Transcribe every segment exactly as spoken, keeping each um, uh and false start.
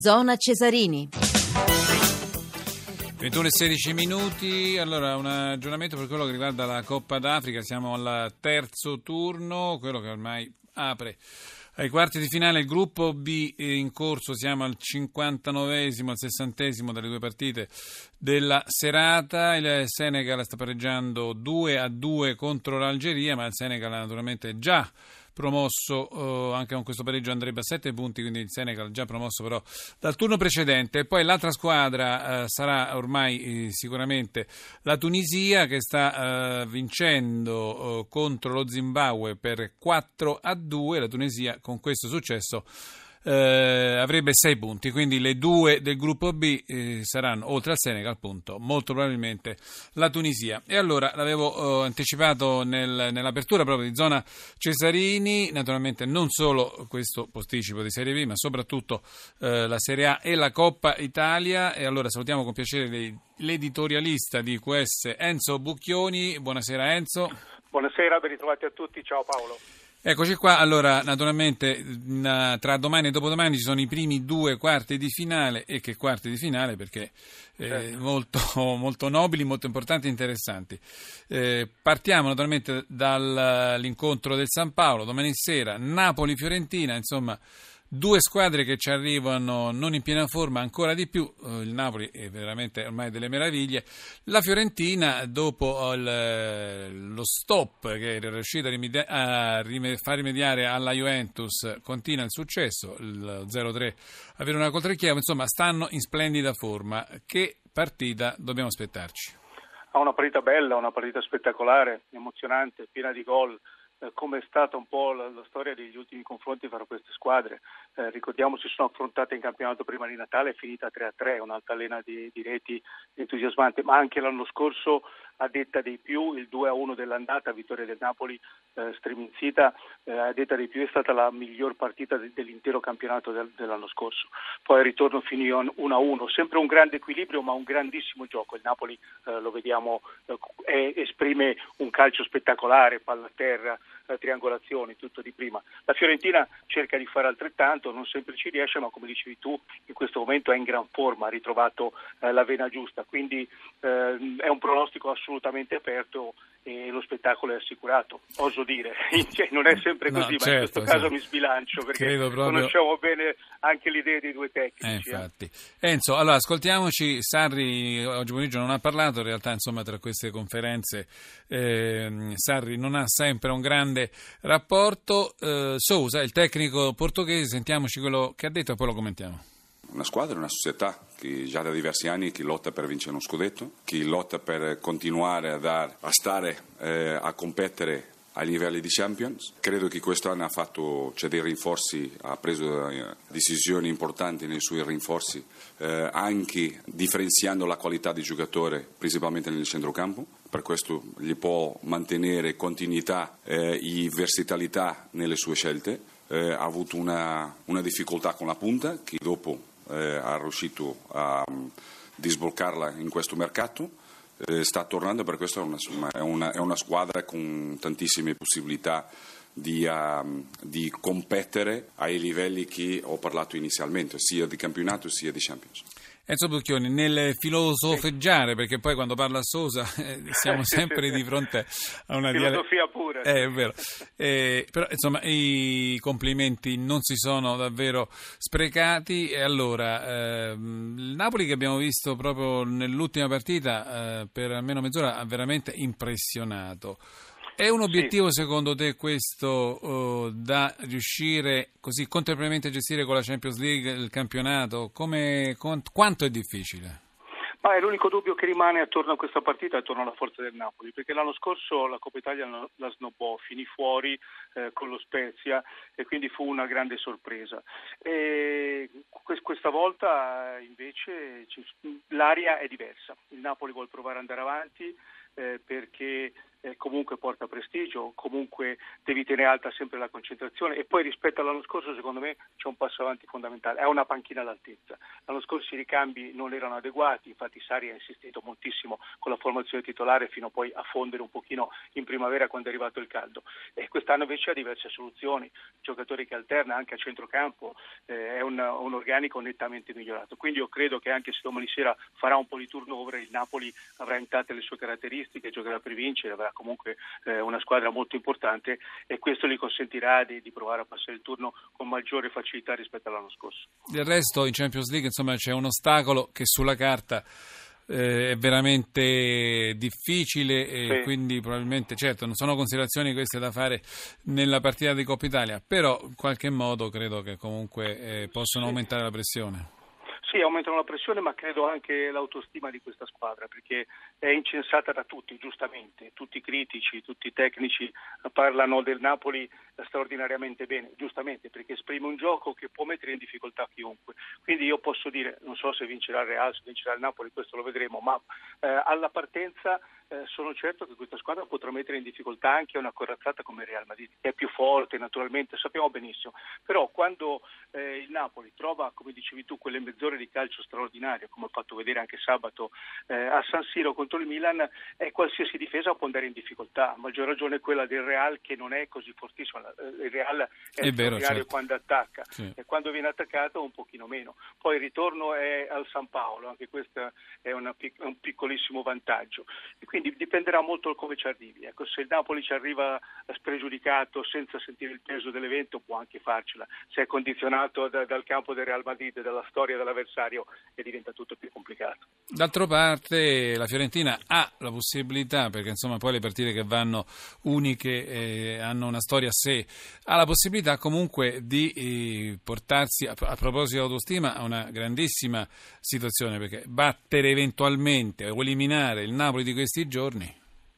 Zona Cesarini. ventuno e sedici minuti, allora un aggiornamento per quello che riguarda la Coppa d'Africa, siamo al terzo turno, quello che ormai apre ai quarti di finale il gruppo B in corso, siamo al cinquantanovesimo, al sessantesimo delle due partite della serata. Il Senegal sta pareggiando due a due contro l'Algeria, ma il Senegal naturalmente è già promosso, eh, anche con questo pareggio andrebbe a sette punti, quindi il Senegal già promosso però dal turno precedente. E poi l'altra squadra eh, sarà ormai eh, sicuramente la Tunisia, che sta eh, vincendo eh, contro lo Zimbabwe per quattro a due. La Tunisia con questo successo Eh, avrebbe sei punti, quindi le due del gruppo B eh, saranno, oltre al Senegal, appunto, molto probabilmente la Tunisia. E allora l'avevo eh, anticipato nel, nell'apertura proprio di Zona Cesarini, naturalmente non solo questo posticipo di Serie B, ma soprattutto eh, la Serie A e la Coppa Italia. E allora salutiamo con piacere le, l'editorialista di Q S, Enzo Bucchioni. Buonasera Enzo. Buonasera, ben ritrovati a tutti, ciao Paolo. Eccoci qua, allora naturalmente tra domani e dopodomani ci sono i primi due quarti di finale, e che quarti di finale, perché eh, certo. molto, molto nobili, molto importanti e interessanti. Eh, partiamo naturalmente dall'incontro del San Paolo, domani sera, Napoli-Fiorentina, insomma due squadre che ci arrivano non in piena forma, ancora di più. Il Napoli è veramente ormai delle meraviglie. La Fiorentina, dopo il, lo stop che era riuscita a, rimedia- a rime- far rimediare alla Juventus, continua il successo, il zero tre a Verona contro il Chievo. Insomma, stanno in splendida forma. Che partita dobbiamo aspettarci? Ha una partita bella, una partita spettacolare, emozionante, piena di gol. Come è stata un po' la, la storia degli ultimi confronti fra queste squadre. Eh, ricordiamo si sono affrontate in campionato prima di Natale, è finita tre a tre, un'altalena di, di reti entusiasmante, ma anche l'anno scorso, a detta dei più, il due a uno dell'andata, vittoria del Napoli eh, striminzita, eh, a detta dei più è stata la miglior partita de, dell'intero campionato del, dell'anno scorso. Poi il ritorno finì uno a uno, sempre un grande equilibrio ma un grandissimo gioco. Il Napoli eh, lo vediamo, eh, esprime un calcio spettacolare, palla a terra, triangolazioni, tutto di prima. La Fiorentina cerca di fare altrettanto, non sempre ci riesce, ma come dicevi tu in questo momento è in gran forma, ha ritrovato eh, la vena giusta, quindi eh, è un pronostico assolutamente aperto e lo spettacolo è assicurato, oso dire. Cioè, non è sempre così, no, certo, ma in questo caso sì. mi sbilancio perché proprio... conosciamo bene anche l'idea dei due tecnici. Eh, infatti. Eh. Enzo, allora ascoltiamoci. Sarri oggi pomeriggio non ha parlato, in realtà insomma tra queste conferenze eh, Sarri non ha sempre un grande rapporto. eh, Sousa, il tecnico portoghese, sentiamoci quello che ha detto e poi lo commentiamo. Una squadra, una società che già da diversi anni che lotta per vincere uno scudetto, che lotta per continuare a, dar, a stare, eh, a competere ai livelli di Champions. Credo che quest'anno ha fatto cioè, dei rinforzi, ha preso eh, decisioni importanti nei suoi rinforzi, eh, anche differenziando la qualità di giocatore, principalmente nel centrocampo. Per questo gli può mantenere continuità eh, e versatilità nelle sue scelte. Eh, ha avuto una, una difficoltà con la punta, che dopo eh, ha riuscito a um, disbloccarla in questo mercato. Eh, sta tornando, per questo è una, è, una, è una squadra con tantissime possibilità di, uh, di competere ai livelli che ho parlato inizialmente, sia di campionato sia di Champions. Enzo Bucchioni, nel filosofeggiare, perché poi quando parla Sousa eh, siamo sempre di fronte a una filosofia diale... pura. Eh, è vero. Eh, però insomma i complimenti non si sono davvero sprecati. E allora eh, il Napoli, che abbiamo visto proprio nell'ultima partita eh, per almeno mezz'ora, ha veramente impressionato. È un obiettivo sì. secondo te questo uh, da riuscire così contemporaneamente a gestire con la Champions League il campionato? Come, con, quanto è difficile? Ma è l'unico dubbio che rimane attorno a questa partita, attorno alla forza del Napoli, perché l'anno scorso la Coppa Italia la snobbò, finì fuori eh, con lo Spezia e quindi fu una grande sorpresa. E questa volta invece l'aria è diversa, il Napoli vuole provare ad andare avanti eh, perché eh, comunque porta prestigio, comunque devi tenere alta sempre la concentrazione, e poi rispetto all'anno scorso secondo me c'è un passo avanti fondamentale, è una panchina all'altezza. L'anno scorso i ricambi non erano adeguati, infatti Sarri ha insistito moltissimo con la formazione titolare fino poi a fondere un pochino in primavera quando è arrivato il caldo, e quest'anno invece ha diverse soluzioni, giocatori che alterna anche a centrocampo, eh, è un, un organico nettamente migliorato, quindi io credo che anche se domani sera farà un po' di turnover, il Napoli avrà intatte le sue caratteristiche, giocherà per vincere, avrà comunque eh, una squadra molto importante, e questo gli consentirà di, di provare a passare il turno con maggiore facilità rispetto all'anno scorso. Del resto in Champions League insomma c'è un ostacolo che sulla carta eh, è veramente difficile, e sì. Quindi probabilmente, certo, non sono considerazioni queste da fare nella partita di Coppa Italia, però in qualche modo credo che comunque eh, possono sì. aumentare la pressione. Sì, aumentano la pressione, ma credo anche l'autostima di questa squadra, perché è incensata da tutti, giustamente, tutti i critici, tutti i tecnici parlano del Napoli straordinariamente bene, giustamente, perché esprime un gioco che può mettere in difficoltà chiunque. Quindi io posso dire, non so se vincerà il Real, se vincerà il Napoli, questo lo vedremo, ma eh, alla partenza eh, sono certo che questa squadra potrà mettere in difficoltà anche una corazzata come il Real Madrid, che è più forte naturalmente, sappiamo benissimo, però quando eh, il Napoli trova, come dicevi tu, quelle mezz'ore di calcio straordinario, come ho fatto vedere anche sabato eh, a San Siro contro il Milan, e qualsiasi difesa può andare in difficoltà, a maggior ragione quella del Real, che non è così fortissima. Il Real è, è vero, certo. Quando attacca, sì. E quando viene attaccato un pochino meno. Poi il ritorno è al San Paolo, anche questo è una, un piccolissimo vantaggio, e quindi dipenderà molto da come ci arrivi. Ecco, se il Napoli ci arriva spregiudicato senza sentire il peso dell'evento può anche farcela, se è condizionato da, dal campo del Real Madrid, dalla storia dell'avversario, e diventa tutto più complicato. D'altra parte la Fiorentina ha la possibilità, perché insomma poi le partite che vanno uniche eh, hanno una storia a sé, ha la possibilità comunque di eh, portarsi, a, a proposito di autostima, a una grandissima situazione, perché battere eventualmente o eliminare il Napoli di questi giorni.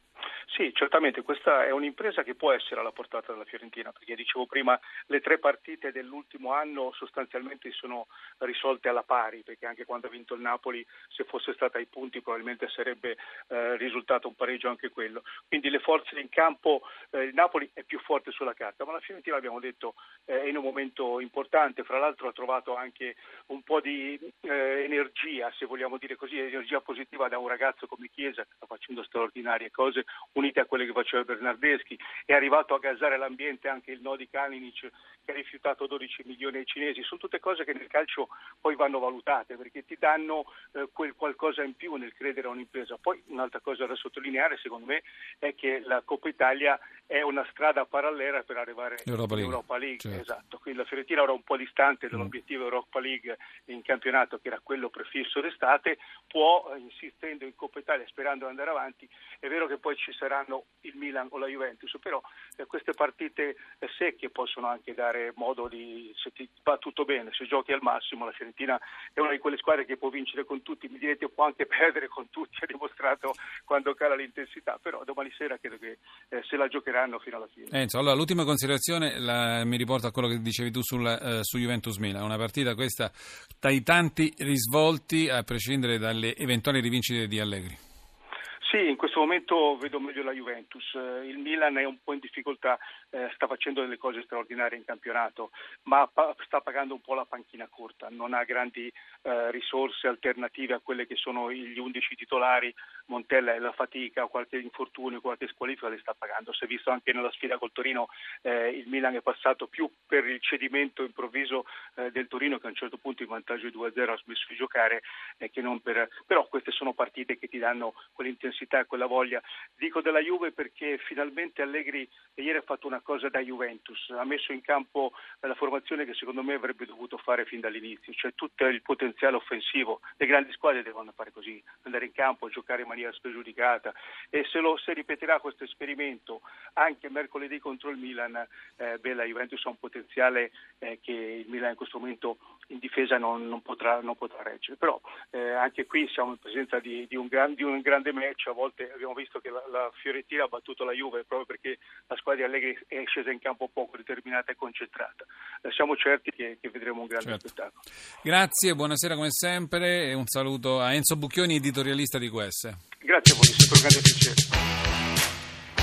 Sì, certamente questa è un'impresa che può essere alla portata della Fiorentina, perché dicevo prima le tre partite dell'ultimo anno sostanzialmente sono risolte alla pari, perché anche quando ha vinto il Napoli, se fosse stata ai punti probabilmente sarebbe eh, risultato un pareggio anche quello. Quindi le forze in campo, eh, il Napoli è più forte sulla carta, ma la Fiorentina, abbiamo detto, è in un momento importante, fra l'altro ha trovato anche un po' di eh, energia, se vogliamo dire così, energia positiva da un ragazzo come Chiesa che sta facendo straordinarie cose, unite a quelle che faceva Bernardeschi, è arrivato a gasare l'ambiente anche il no di Kalinic, che ha rifiutato dodici milioni ai cinesi. Sono tutte cose che nel calcio poi vanno valutate, perché ti danno eh, quel qualcosa in più nel credere a un'impresa. Poi un'altra cosa da sottolineare, secondo me, è che la Coppa Italia è una strada parallela per arrivare all'Europa League. Certo. Esatto. Quindi la Fiorentina ora un po' distante dall'obiettivo Europa League in campionato, che era quello prefisso d'estate, può, insistendo in Coppa Italia, sperando di andare avanti. È vero che poi ci saranno il Milan o la Juventus, però eh, queste partite eh, secche possono anche dare modo di, se ti va tutto bene, se giochi al massimo, la Fiorentina è una di quelle squadre che può vincere con tutti, mi direte può anche perdere con tutti, ha dimostrato quando cala l'intensità, però domani sera credo che eh, se la giocheranno fino alla fine. Enzo, allora l'ultima considerazione la, mi riporta a quello che dicevi tu sulla, eh, su Juventus Milan, una partita questa dai tanti risvolti a prescindere dalle eventuali rivincite di Allegri. Sì, in questo momento vedo meglio la Juventus. Il Milan è un po' in difficoltà, eh, sta facendo delle cose straordinarie in campionato, ma pa- sta pagando un po' la panchina corta, non ha grandi eh, risorse alternative a quelle che sono gli undici titolari. Montella è la fatica, qualche infortunio, qualche squalifica le sta pagando. Si è visto anche nella sfida col Torino, eh, il Milan è passato più per il cedimento improvviso eh, del Torino, che a un certo punto in vantaggio di due a zero ha smesso di giocare, eh, che non per... però queste sono partite che ti danno quell'intensità e quella voglia. Dico della Juve perché finalmente Allegri ieri ha fatto una cosa da Juventus, ha messo in campo la formazione che secondo me avrebbe dovuto fare fin dall'inizio, cioè tutto il potenziale offensivo. Le grandi squadre devono fare così, andare in campo, giocare in maniera spregiudicata, e se lo se ripeterà questo esperimento anche mercoledì contro il Milan, eh, beh, la Juventus ha un potenziale eh, che il Milan in questo momento in difesa non, non, potrà, non potrà reggere, però eh, anche qui siamo in presenza di, di, un gran, di un grande match. A volte abbiamo visto che la, la Fiorentina ha battuto la Juve proprio perché la squadra di Allegri è scesa in campo poco determinata e concentrata. Eh, siamo certi che, che vedremo un grande certo. spettacolo. Grazie, buonasera come sempre e un saluto a Enzo Bucchioni, editorialista di Q S. Grazie a voi, è sempre un grande piacere.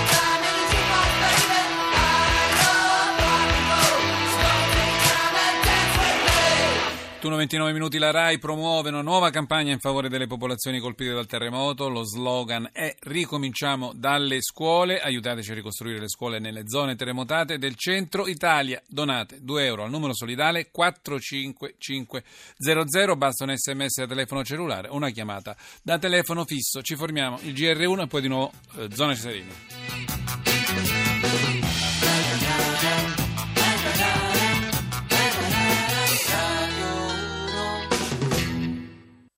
ventinove minuti la RAI promuove una nuova campagna in favore delle popolazioni colpite dal terremoto. Lo slogan è "Ricominciamo dalle scuole". Aiutateci a ricostruire le scuole nelle zone terremotate del centro Italia. Donate due euro al numero solidale quattro cinque cinque zero zero. Basta un sms a telefono cellulare o una chiamata da telefono fisso. Ci formiamo il G R uno e poi di nuovo eh, Zona Cesarini.